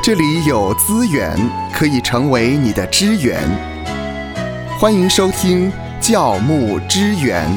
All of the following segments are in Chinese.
这里有资源可以成为你的支援。欢迎收听教牧支援。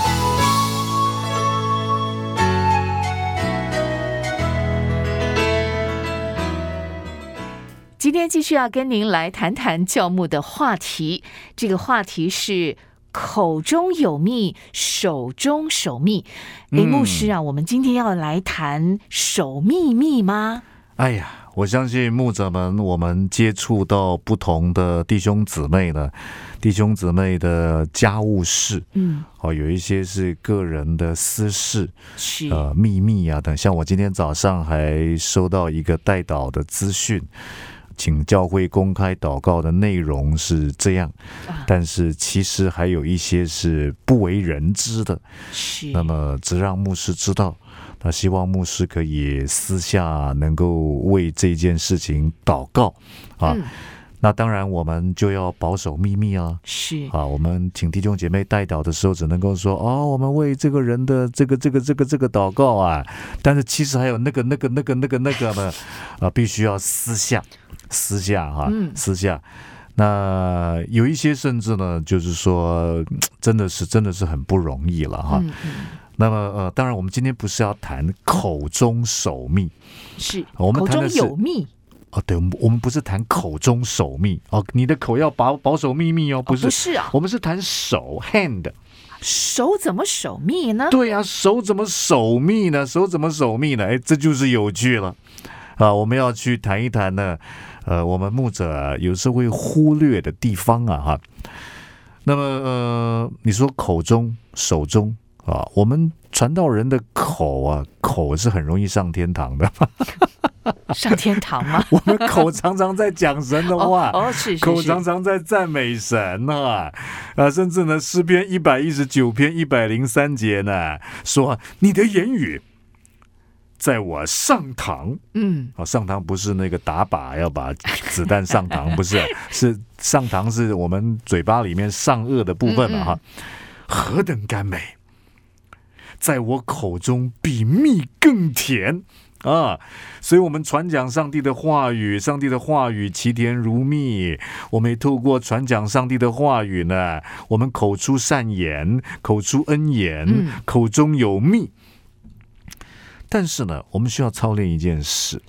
今天继续要跟您来谈谈教牧的话题，这个话题是口中有蜜，手中守密。牧师啊，我们今天要来谈守秘密吗？ 哎呀，我相信牧者们，我们接触到不同的弟兄姊妹呢，弟兄姊妹的家务事，有一些是个人的私事， 是秘密啊等。像我今天早上还收到一个代祷的资讯，请教会公开祷告的内容是这样，但是其实还有一些是不为人知的， 是那么只让牧师知道。那希望牧师可以私下能够为这件事情祷告啊。那当然我们就要保守秘密啊。 是啊，我们请弟兄姐妹代祷的时候，只能够说我们为这个人的这个祷告啊。但是其实还有那个呢，必须要私下哈，私下。那有一些甚至呢，就是说真的是很不容易了哈。那么当然我们今天不是要谈口中守密， 是我们谈的是口中有密对，我们不是谈口中守密你的口要保守秘密不是， 不是啊， 我们是谈手 hand。 手怎么守密呢？ 对啊，手怎么守密呢？这就是有趣了我们要去谈一谈呢我们牧者有时候会忽略的地方哈。那么你说口中手中我们传道人的口是很容易上天堂的。 上天堂吗？ 我们口常常在讲神的话， 是口常常在赞美神甚至呢诗篇119篇103节呢说你的言语在我上膛。上膛不是那个打靶要把子弹上膛，不是，是上膛是我们嘴巴里面上颚的部分嘛何等甘美，在我口中比蜜更甜所以我们传讲上帝的话语，上帝的话语其甜如蜜。我们也透过传讲上帝的话语呢，我们口出善言，口出恩言，口中有蜜。但是呢，我们需要操练一件事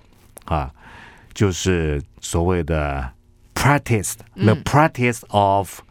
就是所谓的 the practice of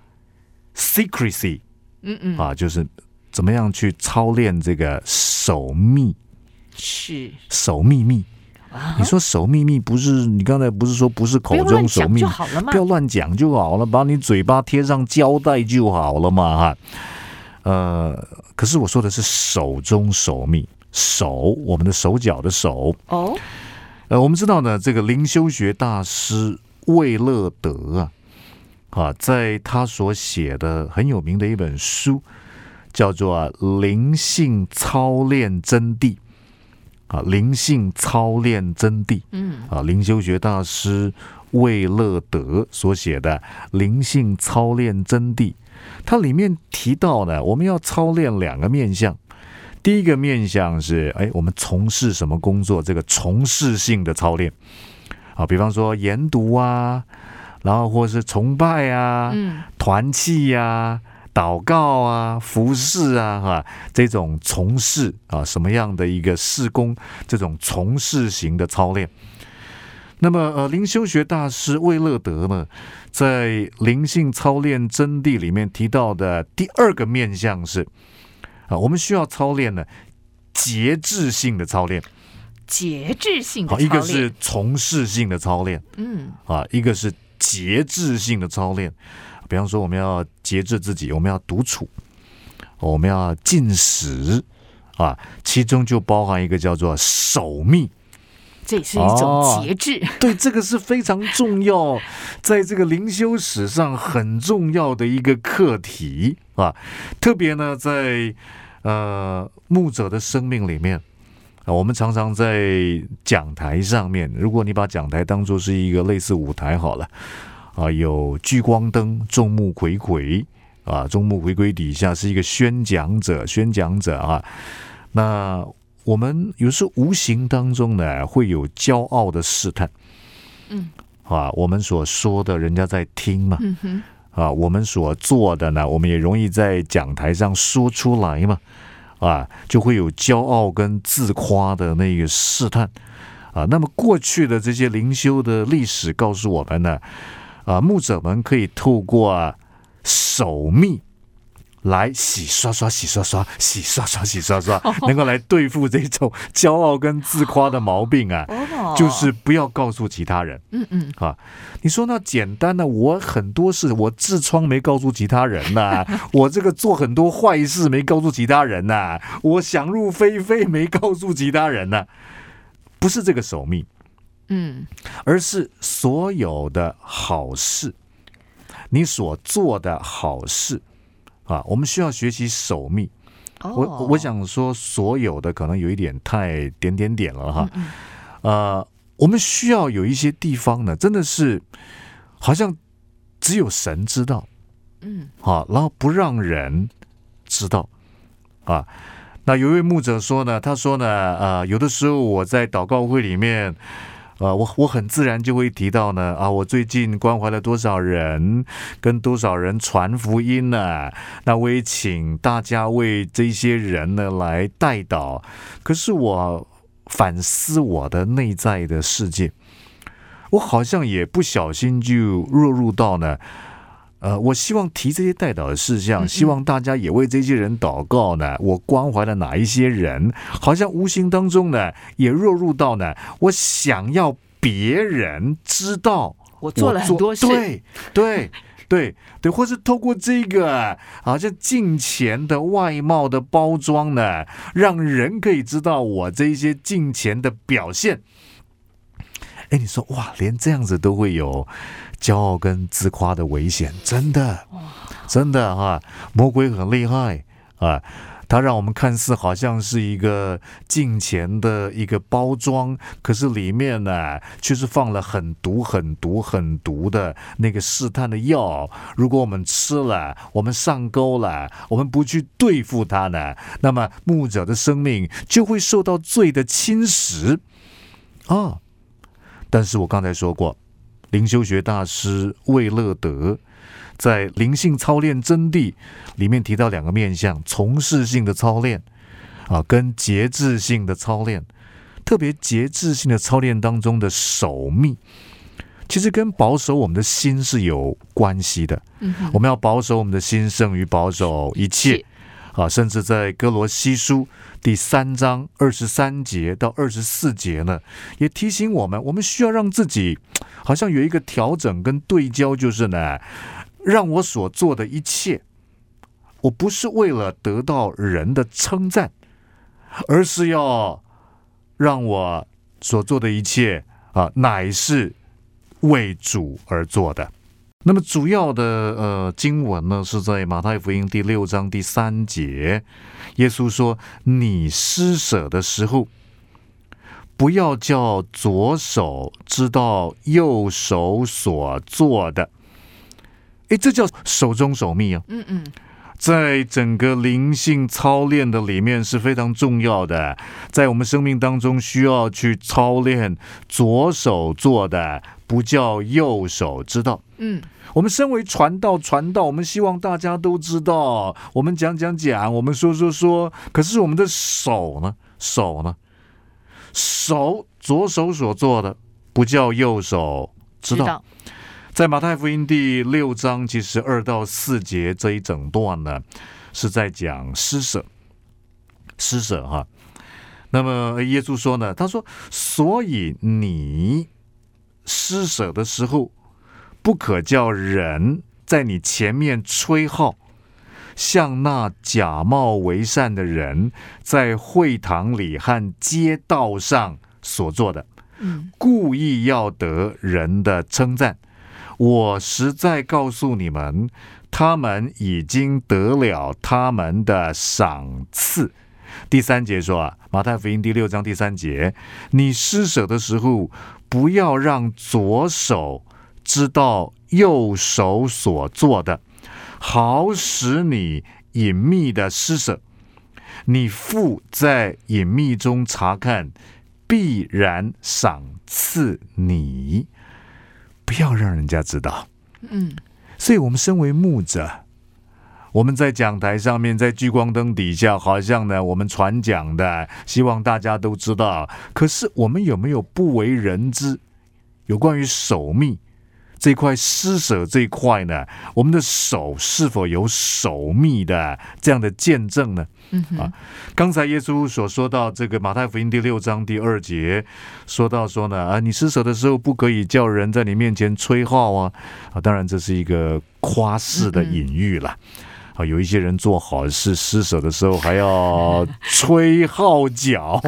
secrecy。就是怎么样去操练这个守密，是守秘密。你说守秘密不是，你刚才不是说不是口中守密，不要乱讲就好了，把你嘴巴贴上胶带就好了嘛可是我说的是手中守密，手我们的手脚的手我们知道呢，这个灵修学大师魏乐德在他所写的很有名的一本书叫做灵性操练真谛灵性操练真谛灵修学大师魏乐德所写的灵性操练真谛，它里面提到呢，我们要操练2个面向。第一个面向是我们从事什么工作，这个从事性的操练比方说研读然后或是崇拜团契祷告服事这种从事什么样的一个事工，这种从事型的操练。那么灵修学大师魏乐德呢，在灵性操练真谛里面提到的第2个面向是我们需要操练呢节制性的操练。 节制性的操练， 一个是从事性的操练一个是节制性的操练。比方说我们要节制自己，我们要独处，我们要禁食其中就包含一个叫做守密， 这也是一种节制对，这个是非常重要，在这个灵修史上很重要的一个课题特别呢在牧者的生命里面我们常常在讲台上面，如果你把讲台当作是一个类似舞台好了有聚光灯，众目睽睽众目睽睽底下是一个宣讲者那我们有时候无形当中呢会有骄傲的试探我们所说的人家在听嘛，我们所做的呢，我们也容易在讲台上说出来嘛，就会有骄傲跟自夸的那个试探那么过去的这些灵修的历史告诉我们呢，牧者们可以透过守密来洗刷刷，能够来对付这种骄傲跟自夸的毛病就是不要告诉其他人。你说那简单的，我很多事我痔疮没告诉其他人我这个做很多坏事没告诉其他人我想入非非没告诉其他人不是这个守密，而是所有的好事，你所做的好事我们需要学习守密。我想说所有的可能有一点太点了我们需要有一些地方呢，真的是好像只有神知道，然后不让人知道那有一位牧者说呢，他说呢有的时候我在祷告会里面我很自然就会提到呢我最近关怀了多少人，跟多少人传福音那我也请大家为这些人呢来代祷。可是我反思我的内在的世界，我好像也不小心就落入到呢我希望提这些代祷的事项，希望大家也为这些人祷告呢，我关怀了哪一些人，好像无形当中呢也落入到呢我想要别人知道我做了很多事， 对，或是透过这个好像金钱的外貌的包装呢，让人可以知道我这些金钱的表现。你说哇，连这样子都会有骄傲跟自夸的危险，真的魔鬼很厉害他让我们看似好像是一个金钱的一个包装，可是里面呢却是放了很毒的那个试探的药。如果我们吃了，我们上钩了，我们不去对付它呢，那么牧者的生命就会受到罪的侵蚀但是我刚才说过，灵修学大师魏乐德在灵性操练真谛里面提到两个面向，从事性的操练跟节制性的操练。特别节制性的操练当中的守密，其实跟保守我们的心是有关系的。我们要保守我们的心胜于保守一切甚至在哥罗西书第3章23节到24节呢，也提醒我们需要让自己好像有一个调整跟对焦，就是呢，让我所做的一切，我不是为了得到人的称赞，而是要让我所做的一切乃是为主而做的。那么主要的经文呢，是在马太福音第6章第3节，耶稣说，你施舍的时候，不要叫左手知道右手所做的。这叫手中守密在整个灵性操练的里面是非常重要的，在我们生命当中需要去操练左手做的，不叫右手知道。我们身为传道，我们希望大家都知道，我们讲，我们说，可是我们的手呢？手左手所做的，不叫右手知道。在马太福音第6章其实2到4节这一整段呢，是在讲施舍那么耶稣说呢，他说，所以你施舍的时候，不可叫人在你前面吹号，像那假冒为善的人在会堂里和街道上所做的，故意要得人的称赞。我实在告诉你们，他们已经得了他们的赏赐。第3节说马太福音第6章第3节，你施舍的时候，不要让左手知道右手所做的，好使你隐秘的施舍，你父在隐秘中查看，必然赏赐你。 不要让人家知道。所以我们身为牧者，我们在讲台上面，在聚光灯底下，好像呢我们传讲的，希望大家都知道。可是我们有没有不为人知有关于守密这块施舍这一块呢？我们的手是否有守密的这样的见证呢？刚才耶稣所说到这个马太福音第6章第2节，说到说呢你施舍的时候不可以叫人在你面前吹号啊，当然这是一个夸饰的隐喻啦。有一些人做好事施舍的时候还要吹号角，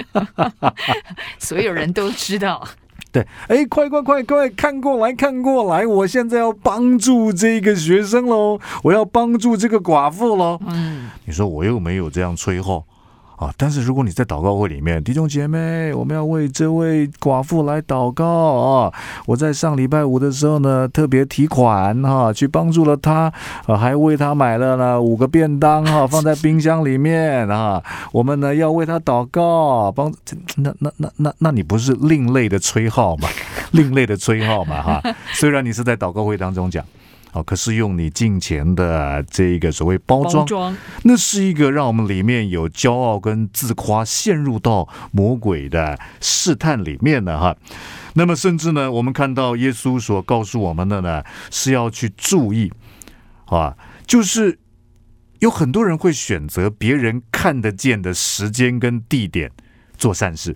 所有人都知道。 对，快看过来，我现在要帮助这个学生咯，我要帮助这个寡妇咯。你说我又没有这样吹号但是如果你在祷告会里面，弟兄姐妹，我们要为这位寡妇来祷告我在上礼拜5的时候呢，特别提款去帮助了他还为他买了呢5个便当放在冰箱里面我们呢要为他祷告，那你不是另类的吹号吗？另类的吹号嘛虽然你是在祷告会当中讲可是用你敬虔的这个所谓包装，那是一个让我们里面有骄傲跟自夸，陷入到魔鬼的试探里面的那么甚至呢，我们看到耶稣所告诉我们的呢，是要去注意就是有很多人会选择别人看得见的时间跟地点做善事。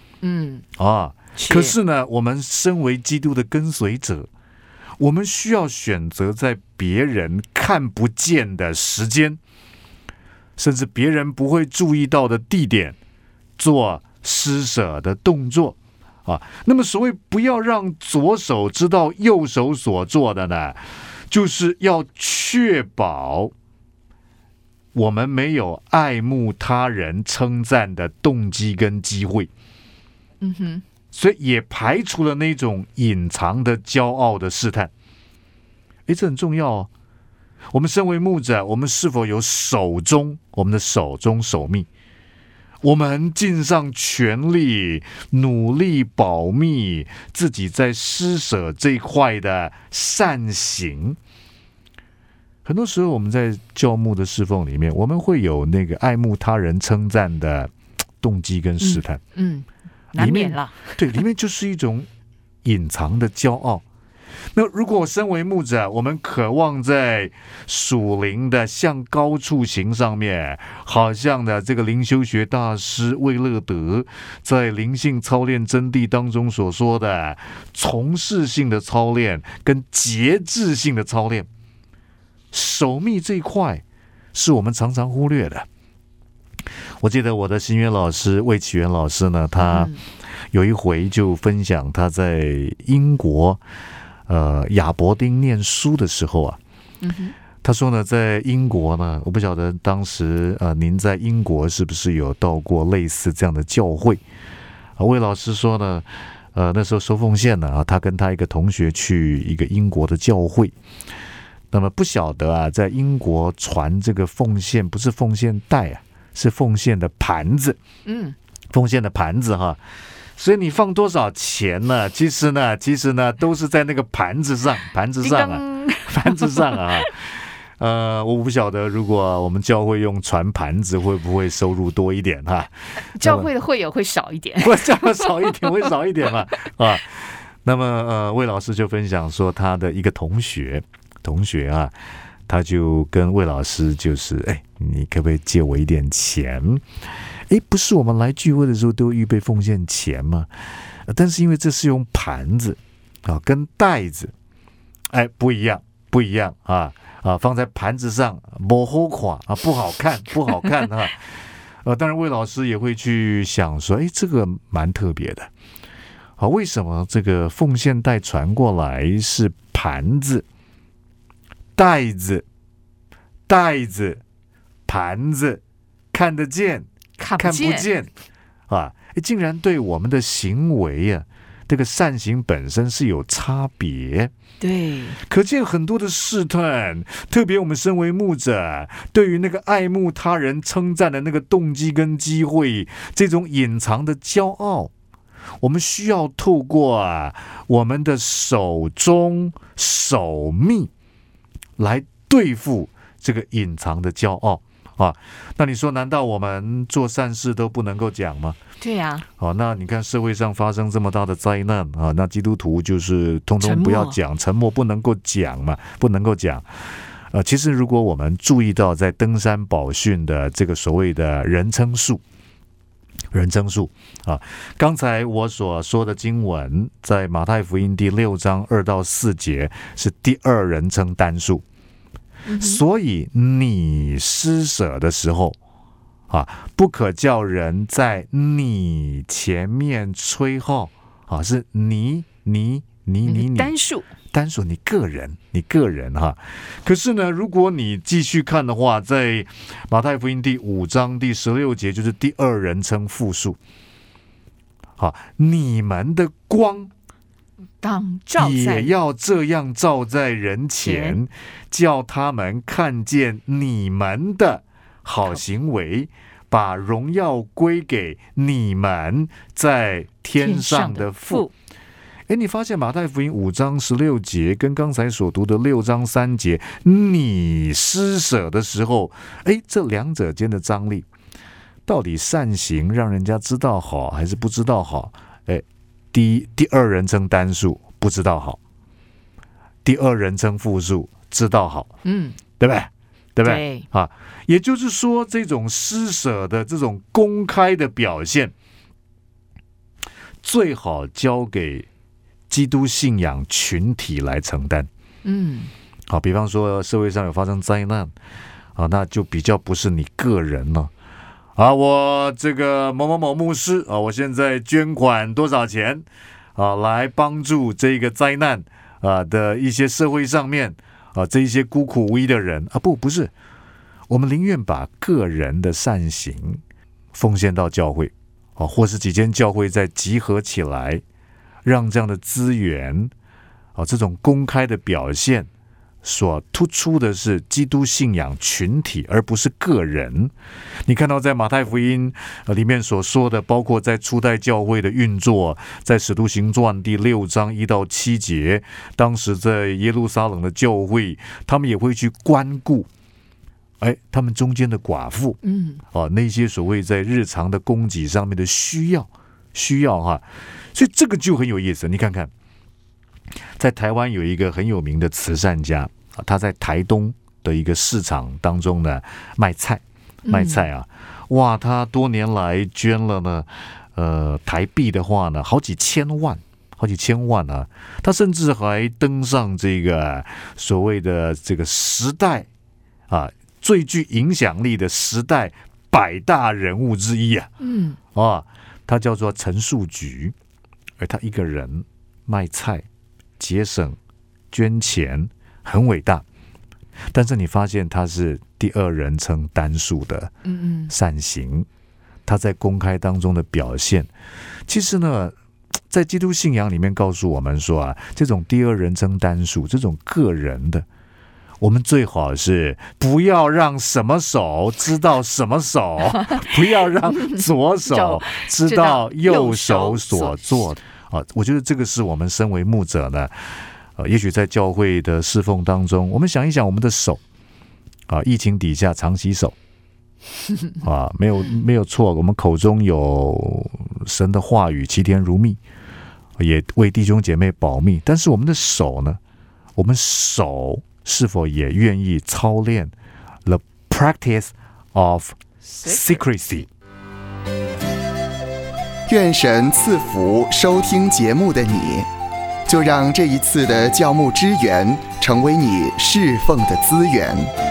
可是呢，我们身为基督的跟随者，我们需要选择在别人看不见的时间，甚至别人不会注意到的地点做施舍的动作那么所谓不要让左手知道右手所做的呢，就是要确保我们没有爱慕他人称赞的动机跟机会。所以也排除了那种隐藏的骄傲的试探。这很重要我们身为牧者，我们是否有我们的手中守密，我们尽上全力努力保密自己在施舍这一块的善行。很多时候我们在教牧的侍奉里面，我们会有那个爱慕他人称赞的动机跟试探。 难免了。 对，里面就是一种隐藏的骄傲。那如果身为牧者，我们渴望在属灵的向高处行上面，好像的这个灵修学大师魏乐德在灵性操练真谛当中所说的从事性的操练跟节制性的操练，守密这一块是我们常常忽略的。我记得我的新约老师魏启元老师呢，他有一回就分享他在英国亚伯丁念书的时候他说呢，在英国呢，我不晓得当时您在英国是不是有到过类似这样的教会魏老师说呢，那时候收奉献呢他跟他一个同学去一个英国的教会，那么不晓得在英国传这个奉献不是奉献袋是奉献的盘子，奉献的盘子所以你放多少钱呢？其实呢，都是在那个盘子上我不晓得如果我们教会用传盘子会不会收入多一点教会的会友会少一点， 会少一点嘛那么魏老师就分享说，他的一个同学他就跟魏老师就是你可不可以借我一点钱？不是我们来聚会的时候都预备奉献钱吗？但是因为这是用盘子跟袋子不一样放在盘子上不好看不好看当然魏老师也会去想说这个蛮特别的为什么这个奉献袋传过来是盘子袋子盘子看得见看不见竟然对我们的行为这个善行本身是有差别。 对， 可见很多的试探，特别我们身为牧者，对于那个爱慕他人称赞的那个动机跟机会，这种隐藏的骄傲， 我们需要透过我们的手中守密来对付这个隐藏的骄傲啊。那你说难道我们做善事都不能够讲吗？ 对呀。 那你看社会上发生这么大的灾难啊，那基督徒就是通通不要讲，沉默不能够讲嘛，不能够讲。其实如果我们注意到在登山宝训的这个所谓的人称数啊，刚才我所说的经文在马太福音第6章2到4节是第二人称单数，所以你施舍的时候不可叫人在你前面吹号是你单数你个人可是呢，如果你继续看的话，在马太福音第5章第16节就是第二人称复数你们的光也要这样照在人前，叫他们看见你们的好行为，把荣耀归给你们在天上的父。你发现马太福音5章16节跟刚才所读的6章3节，你施舍的时候，这两者间的张力，到底善行让人家知道好还是不知道好？第二人称单数不知道好，第二人称复数知道好，对不对？对不对？也就是说，这种施舍的这种公开的表现，最好交给基督信仰群体来承担。比方说社会上有发生灾难那就比较不是你个人了。我这个某某某牧师我现在捐款多少钱来帮助这个灾难的一些社会上面这一些孤苦无依的人不是，我们宁愿把个人的善行奉献到教会或是几间教会再集合起来，让这样的资源这种公开的表现所突出的是基督信仰群体，而不是个人。你看到在马太福音里面所说的，包括在初代教会的运作，在使徒行传第6章1到7节，当时在耶路撒冷的教会，他们也会去关顾他们中间的寡妇那些所谓在日常的供给上面的需要所以这个就很有意思。你看看在台湾有一个很有名的慈善家他在台东的一个市场当中呢卖菜哇，他多年来捐了呢台币的话呢好几千万他甚至还登上这个所谓的这个时代最具影响力的时代100大人物之一他叫做陈树菊，而他一个人卖菜节省捐钱很伟大，但是你发现他是第二人称单数的善行，他在公开当中的表现，其实呢在基督信仰里面告诉我们说这种第二人称单数，这种个人的，我们最好是不要让什么手知道什么手不要让左手知道右手所做的我觉得这个是我们身为牧者呢也许在教会的侍奉当中，我们想一想我们的手疫情底下常洗手没有错，我们口中有神的话语7天如蜜，也为弟兄姐妹保密，但是我们的手呢，我们手是否也愿意操练 the practice of secrecy？ 愿神赐福收听节目的你，就让这一次的教牧支援成为你侍奉的资源。